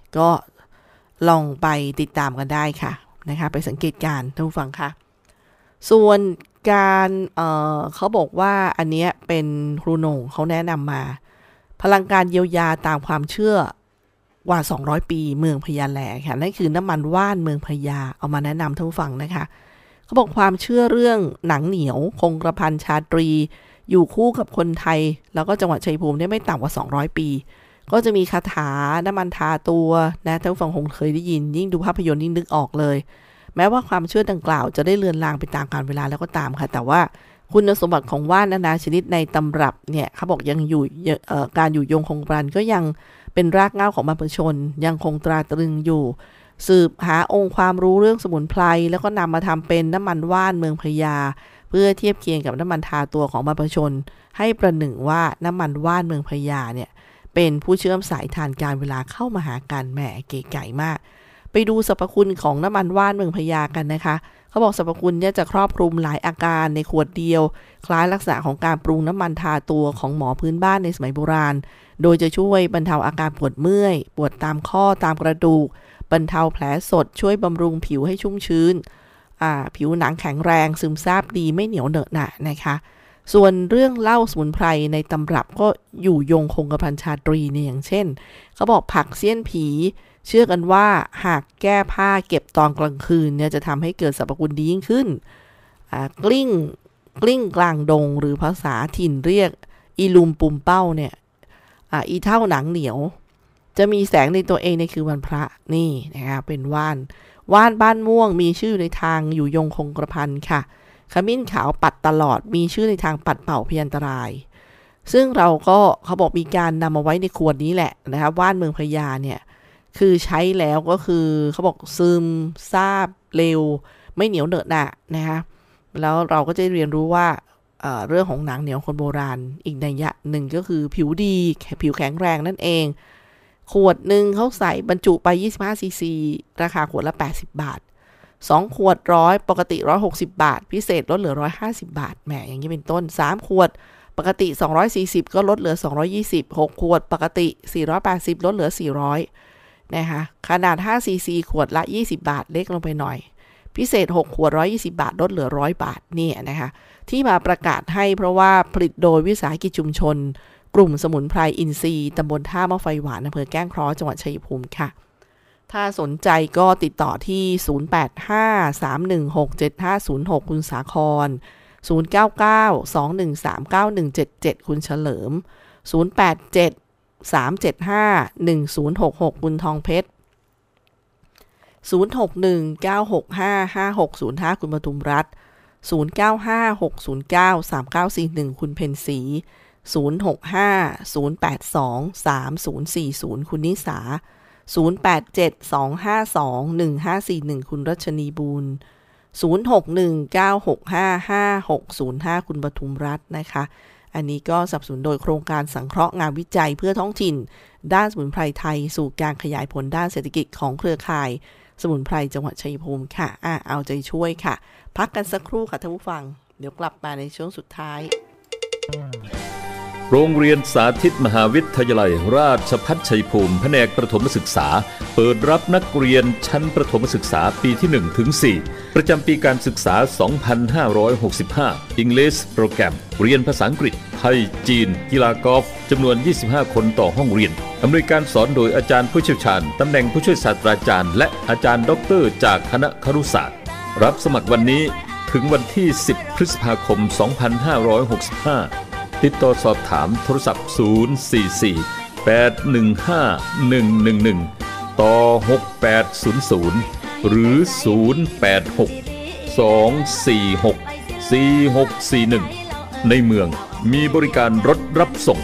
ก็ลองไปติดตามกันได้ค่ะนะคะไปสังเกตการณ์ท่านผู้ฟังค่ะส่วนการเอ่อเขาบอกว่าอันเนี้ยเป็นครูโหน่งเขาแนะนำมาพลังการเยียวยาตามความเชื่อกว่าสองร้อยปีเมืองพญาแลค่ะนั่นคือน้ำมันว่านเมืองพญาเอามาแนะนำท่านผู้ฟังนะคะเขาบอกความเชื่อเรื่องหนังเหนียวคงกระพันชาตรีอยู่คู่กับคนไทยแล้วก็จังหวัดชัยภูมิเนี่ยไม่ต่ำกว่าสองร้อยปีก็จะมีคาถาน้ำมันทาตัวนะท่านผู้ฟังคงเคยได้ยินยิ่งดูภาพยนตร์ยิ่งนึกออกเลยแม้ว่าความเชื่อดังกล่าวจะได้เลือนลางไปตามกาลเวลาแล้วก็ตามค่ะแต่ว่าคุณสมบัติของว่านนานาชนิดในตำรับเนี่ยเขาบอกยังอยู่การอยู่ยงคงกระพันก็ยังเป็นรากเหง้าของบรรพชนยังคงตราตรึงอยู่สืบหาองค์ความรู้เรื่องสมุนไพรแล้วก็นำมาทำเป็นน้ำมันว่านเมืองพญาเพื่อเทียบเคียงกับน้ำมันทาตัวของบรรพชนให้ประหนึ่งว่าน้ำมันว่านเมืองพญาเนี่ยเป็นผู้เชื่อมสายทานการเวลาเข้ามาหากันแหมเก๋ไก่มากไปดูสรรพคุณของน้ำมันว่านเมืองพญากันนะคะเขาบอกสรรพคุณเนี่ยจะครอบคลุมหลายอาการในขวดเดียวคล้ายลักษณะของการปรุงน้ำมันทาตัวของหมอพื้นบ้านในสมัยโบราณโดยจะช่วยบรรเทาอาการปวดเมื่อยปวดตามข้อตามกระดูกบรรเทาแผลสดช่วยบำรุงผิวให้ชุ่มชื้นอ่าผิวหนังแข็งแรงซึมซาบดีไม่เหนียวเหนอะหนะนะคะส่วนเรื่องเล่าสมุนไพรในตำรับก็อยู่ยงคงกระพันชาตรีเนี่ยอย่างเช่นเขาบอกผักเสี้ยนผีเชื่อกันว่าหากแก้ผ้าเก็บตอนกลางคืนเนี่ยจะทำให้เกิดสรรพคุณดียิ่งขึ้นอ่ากลิ้งกลิ้งกลางดงหรือภาษาถิ่นเรียกอีลุมปุ่มเป้าเนี่ยอ่าอีเท่าหนังเหนียวจะมีแสงในตัวเองในคืนวันพระนี่นะคะเป็นว่านว่านบ้านม่วงมีชื่อในทางอยู่ยงคงกระพันค่ะขมิ้นขาวปัดตลอดมีชื่อในทางปัดเป่าพยันตรายซึ่งเราก็เขาบอกมีการนำมาไว้ในขวดนี้แหละนะคะว่านเมืองพญาเนี่ยคือใช้แล้วก็คือเขาบอกซึมซาบเร็วไม่เหนียวเหนอะหนะนะคะแล้วเราก็จะเรียนรู้ว่า เอ่อ เรื่องของหนังเหนียวคนโบราณอีกนัยยะหนึ่งก็คือผิวดีผิวแข็งแรงนั่นเองขวดหนึ่งเขาใส่บรรจุไปยี่สิบห้าซีซีราคาขวดละแปดสิบบาทสองขวดร้อยปกติหนึ่งร้อยหกสิบบาทพิเศษลดเหลือหนึ่งร้อยห้าสิบบาทแหมอย่างนี้เป็นต้นสามขวดปกติสองร้อยสี่สิบก็ลดเหลือสองร้อยยี่สิบ หกขวดปกติสี่ร้อยแปดสิบลดเหลือสี่ร้อยนะคะขนาดห้าซีซีขวดละยี่สิบบาทเล็กลงไปหน่อยพิเศษหกขวดหนึ่งร้อยยี่สิบบาทลดเหลือหนึ่งร้อยบาทนี่นะคะที่มาประกาศให้เพราะว่าผลิตโดยวิสาหกิจชุมชนกลุ่มสมุนไพรอินทรีย์ตำบลท่ามะไฟหวานอำเภอแก้งเคราะห์จังหวัดชัยภูมิค่ะถ้าสนใจก็ติดต่อที่ศูนย์ แปด ห้า สาม หนึ่ง หก เจ็ด ห้า ศูนย์ หกคุณสาครศูนย์ เก้า เก้า สอง หนึ่ง สาม เก้า หนึ่ง เจ็ด เจ็ดคุณเฉลิมศูนย์ แปด เจ็ด สาม เจ็ด ห้า หนึ่ง ศูนย์ หก หกคุณทองเพชรศูนย์ หก หนึ่ง เก้า หก ห้า ห้า หก ศูนย์ ห้าคุณปทุมรัตน์ศูนย์ เก้า ห้า หก ศูนย์ เก้า สาม เก้า สี่ หนึ่งคุณเพ็ญศรีศูนย์ หก ห้า ศูนย์ แปด สอง สาม ศูนย์ สี่ ศูนย์คุณนิสาศูนย์ แปด เจ็ด สอง ห้า สอง หนึ่ง ห้า สี่ หนึ่งคุณรัชนีบูรณ์ศูนย์ หก หนึ่ง เก้า หก ห้า ห้า หก ศูนย์ ห้าคุณปทุมรัตน์นะคะอันนี้ก็สนับสนุนโดยโครงการสังเคราะห์งานวิจัยเพื่อท้องถิ่นด้านสมุนไพรไทยสู่การขยายผลด้านเศรษฐกิจของเครือข่ายสมุนไพรจังหวัดชัยภูมิค่ะอ่ะเอาใจช่วยค่ะพักกันสักครู่ค่ะท่านผู้ฟังเดี๋ยวกลับมาในช่วงสุดท้ายโรงเรียนสาธิตมหาวิทยาลัยราชภัฏชัยภูมิแผนกประถมศึกษาเปิดรับนักเรียนชั้นประถมศึกษาปีที่ หนึ่งถึงสี่ ประจำปีการศึกษา สองพันห้าร้อยหกสิบห้า English โปรแกรมเรียนภาษาอังกฤษไทยจีนกีฬากอล์ฟจำนวนยี่สิบห้าคนต่อห้องเรียนอำนวยการสอนโดยอาจารย์ผู้เชี่ยวชาญตำแหน่งผู้ช่วยศาสตราจารย์และอาจารย์ด็อกเตอร์จากคณะครุศาสตร์รับสมัครวันนี้ถึงวันที่สิบพฤษภาคมสองพันห้าร้อยหกสิบห้าติดต่อสอบถามโทรศัพท์ศูนย์ สี่ สี่ แปด หนึ่ง ห้า หนึ่ง หนึ่ง หนึ่งต่อหก แปด ศูนย์ ศูนย์หรือศูนย์ แปด หก สอง สี่ หก สี่ หก สี่ หนึ่งในเมืองมีบริการรถรับส่ง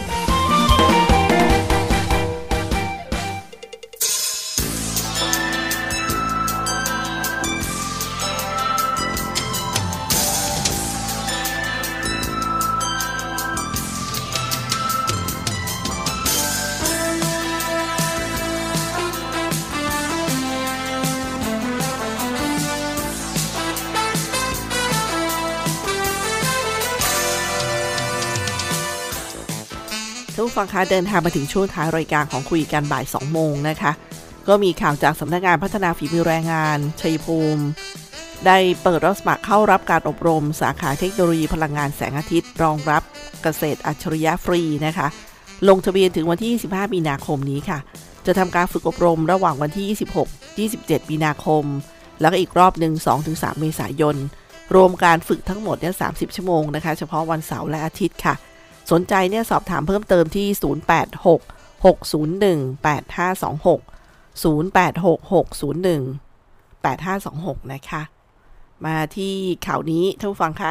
ท่านผู้ฟังคะเดินทางมาถึงช่วงท้ายรายการของคุยกันบ่ายสองโมงนะคะก็มีข่าวจากสำนักงานพัฒนาฝีมือแรงงานชัยภูมิได้เปิดรับสมัครเข้ารับการอบรมสาขาเทคโนโลยีพลังงานแสงอาทิตย์รองรับเกษตรอัจฉริยะฟรีนะคะลงทะเบียนถึงวันที่ยี่สิบห้ามีนาคมนี้ค่ะจะทำการฝึกอบรมระหว่างวันที่ยี่สิบหก ยี่สิบเจ็ดมีนาคมแล้วก็อีกรอบหนึ่ง สองถึงสาม เมษายนรวมการฝึกทั้งหมดเนี่ยสามสิบชั่วโมงนะคะเฉพาะวันเสาร์และอาทิตย์ค่ะสนใจเนี่ยสอบถามเพิ่มเติมที่ศูนย์ แปด หก หก ศูนย์ หนึ่ง แปด ห้า สอง หก ศูนย์ แปด หก หก ศูนย์ หนึ่ง แปด ห้า สอง หกนะคะมาที่ข่าวนี้ท่านผู้ฟังคะ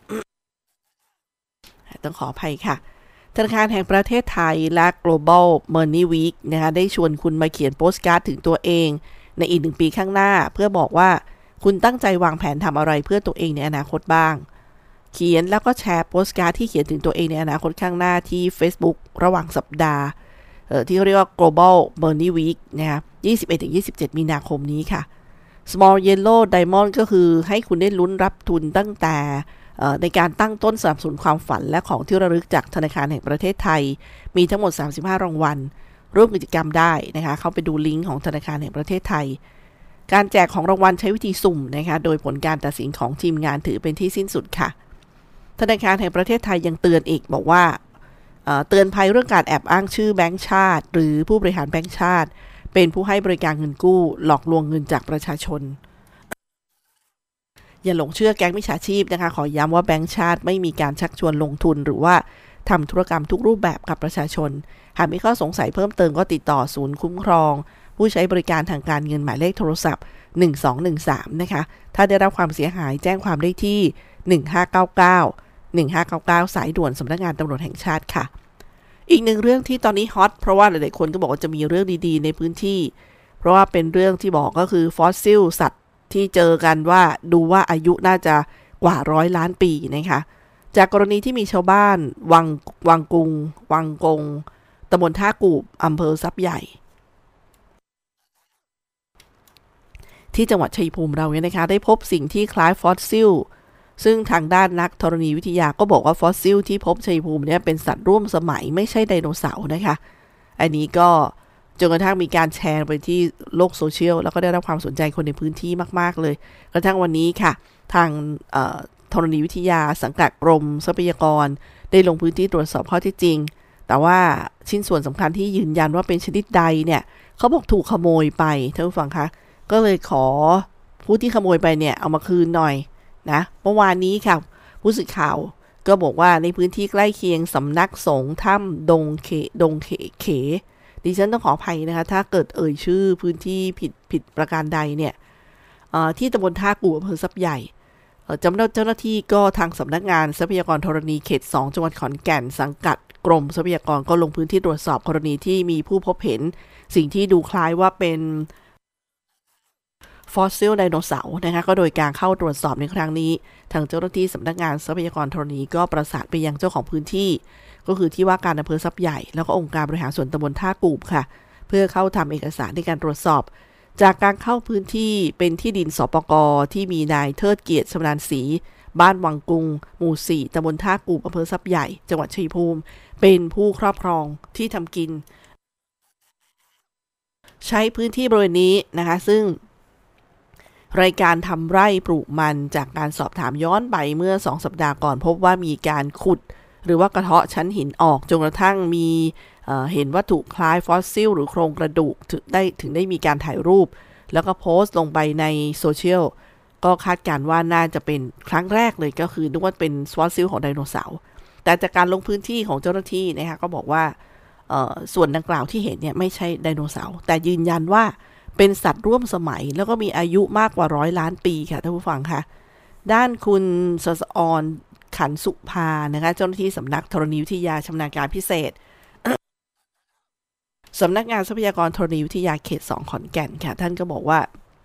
ต้องขออภัยค่ะธนาคารแห่งประเทศไทยและ Global Money Week นะคะได้ชวนคุณมาเขียนโปสการ์ดถึงตัวเองในอีกหนึ่งปีข้างหน้าเพื่อบอกว่าคุณตั้งใจวางแผนทำอะไรเพื่อตัวเองในอนาคตบ้างเขียนแล้วก็แชร์โปสการ์ดที่เขียนถึงตัวเองในอนาคตข้างหน้าที่ Facebook ระหว่างสัปดาห์เอ่อที่เรียกว่า Global Money Week นะคะยี่สิบเอ็ดถึงยี่สิบเจ็ดมีนาคมนี้ค่ะ Small Yellow Diamond ก็คือให้คุณได้ลุ้นรับทุนตั้งแต่ในการตั้งต้นสนับสนุนความฝันและของที่ระลึกจากธนาคารแห่งประเทศไทยมีทั้งหมดสามสิบห้ารางวัลร่วมกิจกรรมได้นะคะเข้าไปดูลิงก์ของธนาคารแห่งประเทศไทยการแจกของรางวัลใช้วิธีสุ่มนะคะโดยผลการตัดสินของทีมงานถือเป็นที่สิ้นสุดค่ะธนาคารแห่งประเทศไทยยังเตือนอีกบอกว่าเอ่อเตือนภัยเรื่องการแอบอ้างชื่อแบงก์ชาติหรือผู้บริหารแบงก์ชาติเป็นผู้ให้บริการเงินกู้หลอกลวงเงินจากประชาชนอย่าหลงเชื่อแก๊งมิจฉาชีพนะคะขอย้ำว่าแบงก์ชาติไม่มีการชักชวนลงทุนหรือว่าทำธุรกรรมทุกรูปแบบกับประชาชนหากมีข้อสงสัยเพิ่มเติมก็ติดต่อศูนย์คุ้มครองผู้ใช้บริการทางการเงินหมายเลขโทรศัพท์หนึ่งสองหนึ่งสามนะคะถ้าได้รับความเสียหายแจ้งความได้ที่หนึ่งห้าเก้าเก้า หนึ่งห้าเก้าเก้าสายด่วนสำนักงานตำรวจแห่งชาติค่ะอีกหนึ่งเรื่องที่ตอนนี้ฮอตเพราะว่าหลายๆคนก็บอกว่าจะมีเรื่องดีๆในพื้นที่เพราะว่าเป็นเรื่องที่บอกก็คือฟอสซิลสัตว์ที่เจอกันว่าดูว่าอายุน่าจะกว่าร้อยล้านปีนะคะจากกรณีที่มีชาวบ้านวังวังกุงวังกงตำบลท่ากูบอำเภอทรัพย์ใหญ่ที่จังหวัดชัยภูมิเราเนี่ยนะคะได้พบสิ่งที่คล้ายฟอสซิลซึ่งทางด้านนักธรณีวิทยาก็บอกว่าฟอสซิลที่พบชัยภูมิเนี่ยเป็นสัตว์ร่วมสมัยไม่ใช่ไดโนเสาร์นะคะอันนี้ก็จนกระทั่งมีการแชร์ไปที่โลกโซเชียลแล้วก็ได้รับความสนใจคนในพื้นที่มากๆเลยกระทั่งวันนี้ค่ะทางธรณีวิทยาสังกัดกรมทรัพยากรได้ลงพื้นที่ตรวจสอบข้อเท็จจริงแต่ว่าชิ้นส่วนสำคัญที่ยืนยันว่าเป็นชนิดใดเนี่ยเขาบอกถูกขโมยไปท่านผู้ฟังคะก็เลยขอผู้ที่ขโมยไปเนี่ยเอามาคืนหน่อยนะเมื่อวานนี้ค่ะผู้สื่อข่าวก็บอกว่าในพื้นที่ใกล้เคียงสำนักสงฆ์ถ้ำดงเขดงเขเขดิฉันต้องขออภัยนะคะถ้าเกิดเอ่ยชื่อพื้นที่ผิดผิดประการใดเนี่ยที่ตำบลท่ากู่อำเภอทรัพย์ใหญ่เจ้าหน้าที่ก็ทางสำนักงานทรัพยากรธรณีเขตสองจังหวัดขอนแก่นสังกัดกรมทรัพยากรก็ลงพื้นที่ตรวจสอบกรณีที่มีผู้พบเห็นสิ่งที่ดูคล้ายว่าเป็นฟอสซิลไดโนเสาร์นะคะก็โดยการเข้าตรวจสอบในครั้งนี้ทางเจ้าหน้าที่สำนักงานทรัพยากรธรณีก็ประสานไปยังเจ้าของพื้นที่ก็คือที่ว่าการอำเภอทรัพย์ใหญ่แล้วก็องค์การบริหารส่วนตำบลท่ากูบค่ะเพื่อเข้าทำเอกสารในการตรวจสอบจากการเข้าพื้นที่เป็นที่ดินสปก.ที่มีนายเทิดเกียรติชำนาญศรีบ้านวังกุงหมู่สี่ตำบลท่ากูบอำเภอทรัพย์ใหญ่จังหวัดชัยภูมิเป็นผู้ครอบครองที่ทำกินใช้พื้นที่บริเวณนี้นะคะซึ่งรายการทำไร่ปลูกมันจากการสอบถามย้อนไปเมื่อสองสัปดาห์ก่อนพบว่ามีการขุดหรือว่ากระเทาะชั้นหินออกจนกระทั่งมี เอ่อ เห็นวัตถุคล้ายฟอสซิลหรือโครงกระดูกถึงได้ถึงได้มีการถ่ายรูปแล้วก็โพสต์ลงไปในโซเชียลก็คาดการณ์ว่าน่าจะเป็นครั้งแรกเลยก็คือนึกว่าเป็นฟอสซิลของไดโนเสาร์แต่จากการลงพื้นที่ของเจ้าหน้าที่นะคะก็บอกว่าส่วนดังกล่าวที่เห็นเนี่ยไม่ใช่ไดโนเสาร์แต่ยืนยันว่าเป็นสัตว์ร่วมสมัยแล้วก็มีอายุมากกว่าร้อยล้านปีค่ะท่านผู้ฟังค่ะด้านคุณสสอรขันสุภานะคะเจ้าหน้าที่สำนักธรณีวิทยาชำนาญการพิเศษ สำนักงานทรัพยากรธรณีวิทยาเขตสองขอนแก่นค่ะท่านก็บอกว่า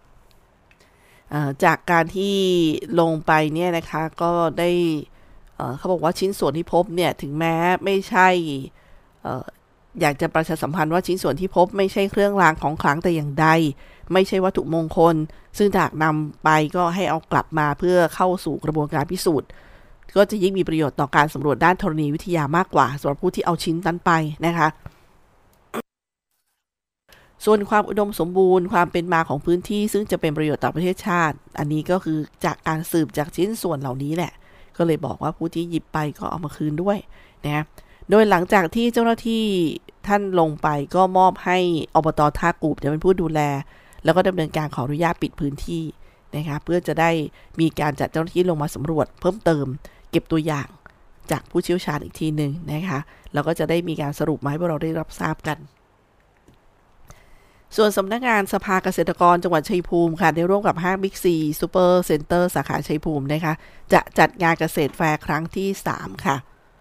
จากการที่ลงไปเนี่ยนะคะก็ได้เขาบอกว่าชิ้นส่วนที่พบเนี่ยถึงแม้ไม่ใช่อยากจะประชาสัมพันธ์ว่าชิ้นส่วนที่พบไม่ใช่เครื่องรางของขลังแต่อย่างใดไม่ใช่วัตถุมงคลซึ่งหากนำไปก็ให้เอากลับมาเพื่อเข้าสู่กระบวนการพิสูจน์ก็จะยิ่งมีประโยชน์ต่อการสำรวจด้านธรณีวิทยามากกว่าสำหรับผู้ที่เอาชิ้นนั้นไปนะคะส่วนความอุดมสมบูรณ์ความเป็นมาของพื้นที่ซึ่งจะเป็นประโยชน์ต่อประเทศชาติอันนี้ก็คือจากการสืบจากชิ้นส่วนเหล่านี้แหละก็เลยบอกว่าผู้ที่หยิบไปก็เอามาคืนด้วยนะโดยหลังจากที่เจ้าหน้าที่ท่านลงไปก็มอบให้อบต.ท่ากูบจะเป็นผู้ดูแลแล้วก็ดำเนินการขออนุญาตปิดพื้นที่นะคะเพื่อจะได้มีการจัดเจ้าหน้าที่ลงมาสำรวจเพิ่มเติมเก็บตัวอย่างจากผู้เชี่ยวชาญอีกทีหนึ่งนะคะแล้วก็จะได้มีการสรุปมาให้พวกเราได้รับทราบกันส่วนสำนักงานสภาเกษตรกรจังหวัดชัยภูมิค่ะได้ร่วมกับห้างบิ๊กซีซูเปอร์เซ็นเตอร์สาขาชัยภูมินะคะจะจัดงานเกษตรแฟร์ครั้งที่สามค่ะ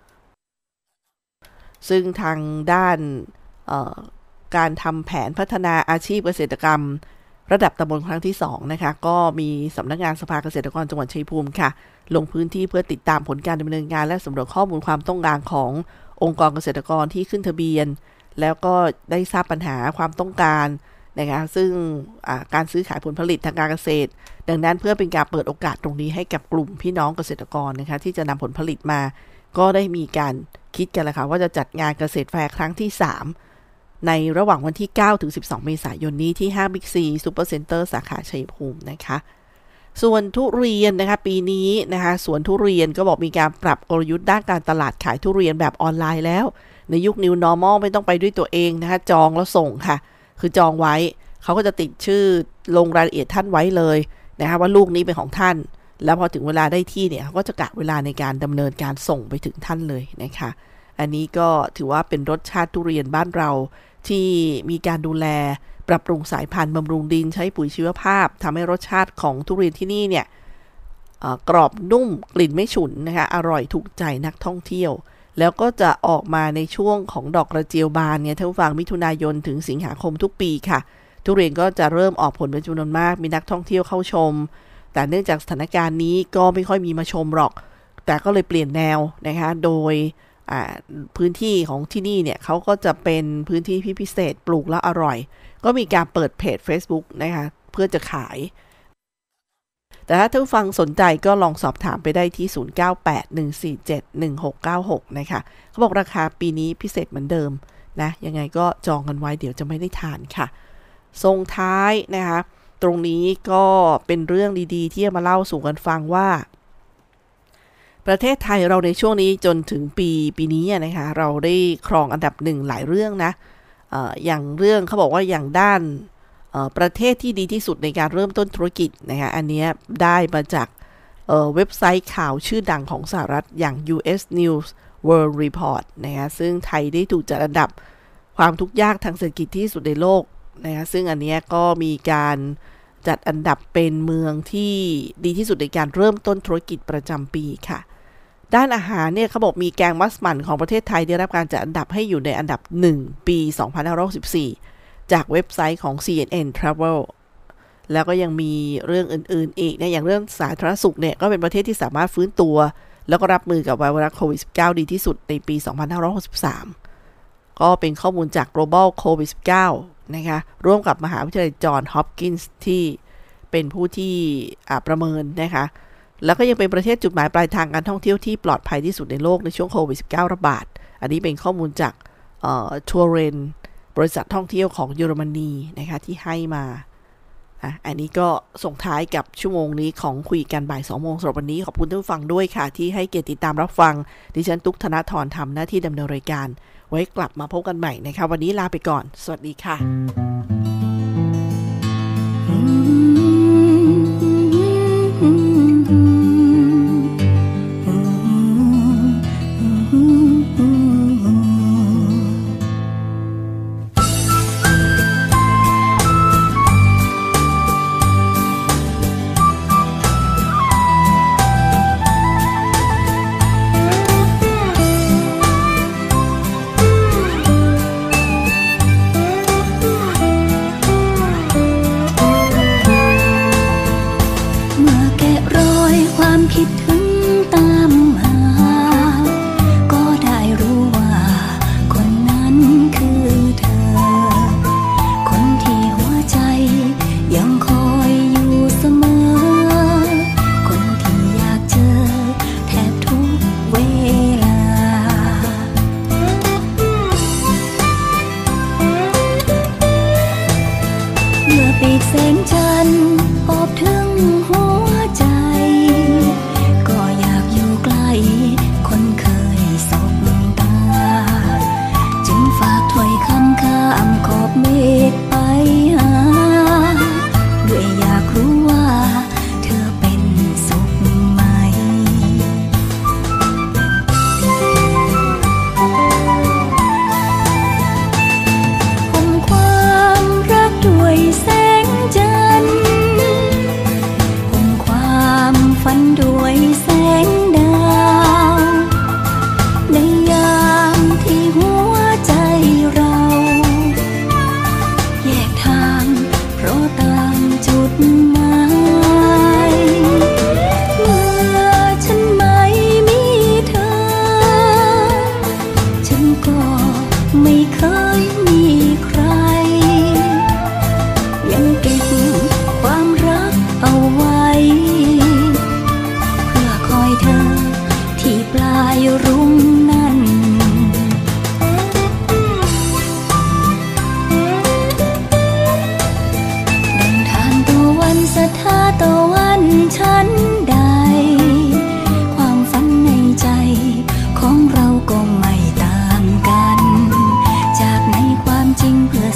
ซึ่งทางด้านการทำแผนพัฒนาอาชีพเกษตรกรรมระดับตำบลครั้งที่สองนะคะก็มีสำนักงานสภาเกษตรกรจังหวัดชัยภูมิค่ะลงพื้นที่เพื่อติดตามผลการดำเนินงานและสำรวจข้อมูลความต้องการขององค์กรเกษตรกรที่ขึ้นทะเบียนแล้วก็ได้ทราบปัญหาความต้องการนะคะซึ่งการซื้อขายผลผลิตทางการเกษตรดังนั้นเพื่อเป็นการเปิดโอกาสตรงนี้ให้กับกลุ่มพี่น้องเกษตรกรนะคะที่จะนำผลผลิตมาก็ได้มีการคิดกันแล้วค่ะว่าจะจัดงานเกษตรแฟร์ครั้งที่สามในระหว่างวันที่เก้าถึงสิบสองเมษายนนี้ที่ห้างบิ๊กซีซูเปอร์เซ็นเตอร์สาขาชัยภูมินะคะส่วนทุเรียนนะคะปีนี้นะคะสวนทุเรียนก็บอกมีการปรับกลยุทธ์ด้านการตลาดขายทุเรียนแบบออนไลน์แล้วในยุค New Normal ไม่ต้องไปด้วยตัวเองนะคะจองแล้วส่งค่ะคือจองไว้เขาก็จะติดชื่อลงรายละเอียดท่านไว้เลยนะคะว่าลูกนี้เป็นของท่านแล้วพอถึงเวลาได้ที่เนี่ยเขาก็จะกะเวลาในการดำเนินการส่งไปถึงท่านเลยนะคะอันนี้ก็ถือว่าเป็นรสชาติทุเรียนบ้านเราที่มีการดูแลปรับปรุงสายพันธุ์บำรุงดินใช้ปุ๋ยชีวภาพทำให้รสชาติของทุเรียนที่นี่เนี่ยกรอบนุ่มกลิ่นไม่ฉุนนะคะอร่อยถูกใจนักท่องเที่ยวแล้วก็จะออกมาในช่วงของดอกกระเจียวบานเนี่ยท่านผู้ฟังมิถุนายนถึงสิงหาคมทุกปีค่ะทุเรียนก็จะเริ่มออกผลเป็นจำนวนมากมีนักท่องเที่ยวเข้าชมแต่เนื่องจากสถานการณ์นี้ก็ไม่ค่อยมีมาชมหรอกแต่ก็เลยเปลี่ยนแนวนะคะโดยพื้นที่ของที่นี่เนี่ยเขาก็จะเป็นพื้นที่พิเศษปลูกแล้วอร่อยก็มีการเปิดเพจ Facebook นะคะเพื่อจะขายแต่ถ้าท่านผู้ฟังสนใจก็ลองสอบถามไปได้ที่ศูนย์ เก้า แปด หนึ่ง สี่ เจ็ด หนึ่ง หก เก้า หกนะคะเขาบอกราคาปีนี้พิเศษเหมือนเดิมนะยังไงก็จองกันไว้เดี๋ยวจะไม่ได้ทานค่ะส่งท้ายนะคะตรงนี้ก็เป็นเรื่องดีๆที่จะมาเล่าสู่กันฟังว่าประเทศไทยเราในช่วงนี้จนถึงปีปีนี้นะคะเราได้ครองอันดับหนึ่งหลายเรื่องนะ เอ่อ อย่างเรื่องเขาบอกว่าอย่างด้านประเทศที่ดีที่สุดในการเริ่มต้นธุรกิจนะคะอันนี้ได้มาจาก เ, เว็บไซต์ข่าวชื่อดังของสหรัฐอย่าง ยู เอส News World Report นะคะซึ่งไทยได้ถูกจัดอันดับความทุกข์ยากทางเศรษฐกิจที่สุดในโลกนะคะซึ่งอันนี้ก็มีการจัดอันดับเป็นเมืองที่ดีที่สุดในการเริ่มต้นธุรกิจประจำปีค่ะด้านอาหารเนี่ยเขาบอกมีแกงมัสมั่นของประเทศไทยได้รับการจัดอันดับให้อยู่ในอันดับหนึ่งปีสองพันห้าร้อยหกสิบสี่จากเว็บไซต์ของ ซี เอ็น เอ็น Travel แล้วก็ยังมีเรื่องอื่นๆอีกนะอย่างเรื่องสาธารณสุขเนี่ยก็เป็นประเทศที่สามารถฟื้นตัวแล้วก็รับมือกับไวรัสโควิด สิบเก้า ดีที่สุดในปีสองพันห้าร้อยหกสิบสามก็เป็นข้อมูลจาก Global โควิด สิบเก้า นะคะร่วมกับมหาวิทยาลัยจอห์นฮอปกินส์ที่เป็นผู้ที่ประเมินนะคะแล้วก็ยังเป็นประเทศจุดหมายปลายทางการท่องเที่ยวที่ปลอดภัยที่สุดในโลกในช่วงโควิด สิบเก้า ระบาดอันนี้เป็นข้อมูลจากทัวร์เรนบริษัทท่องเที่ยวของเยอรมนีนะคะที่ให้มาอ่ะอันนี้ก็ส่งท้ายกับชั่วโมงนี้ของคุยกันบ่ายสองโมงสำหรับวันนี้ขอบคุณท่านผู้ฟังด้วยค่ะที่ให้เกียรติติดตามรับฟังดิฉันตุ๊กธนธรทำหน้าที่ดำเนินรายการไว้กลับมาพบกันใหม่นะคะวันนี้ลาไปก่อนสวัสดีค่ะ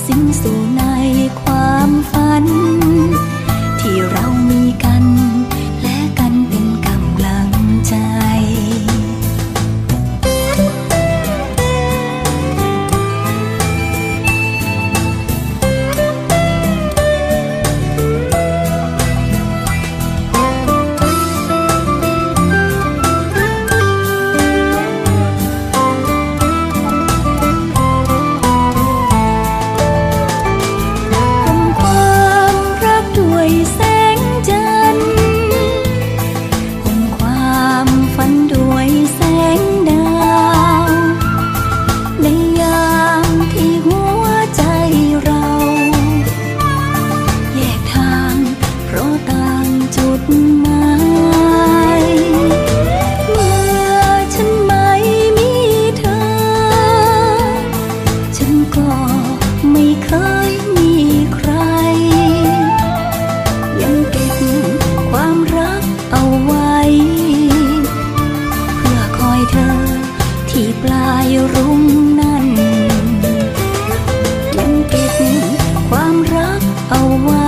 สิ้นสู่ในความฝันที่เรามีกันและกันเป็นกำลังใจเอาไว้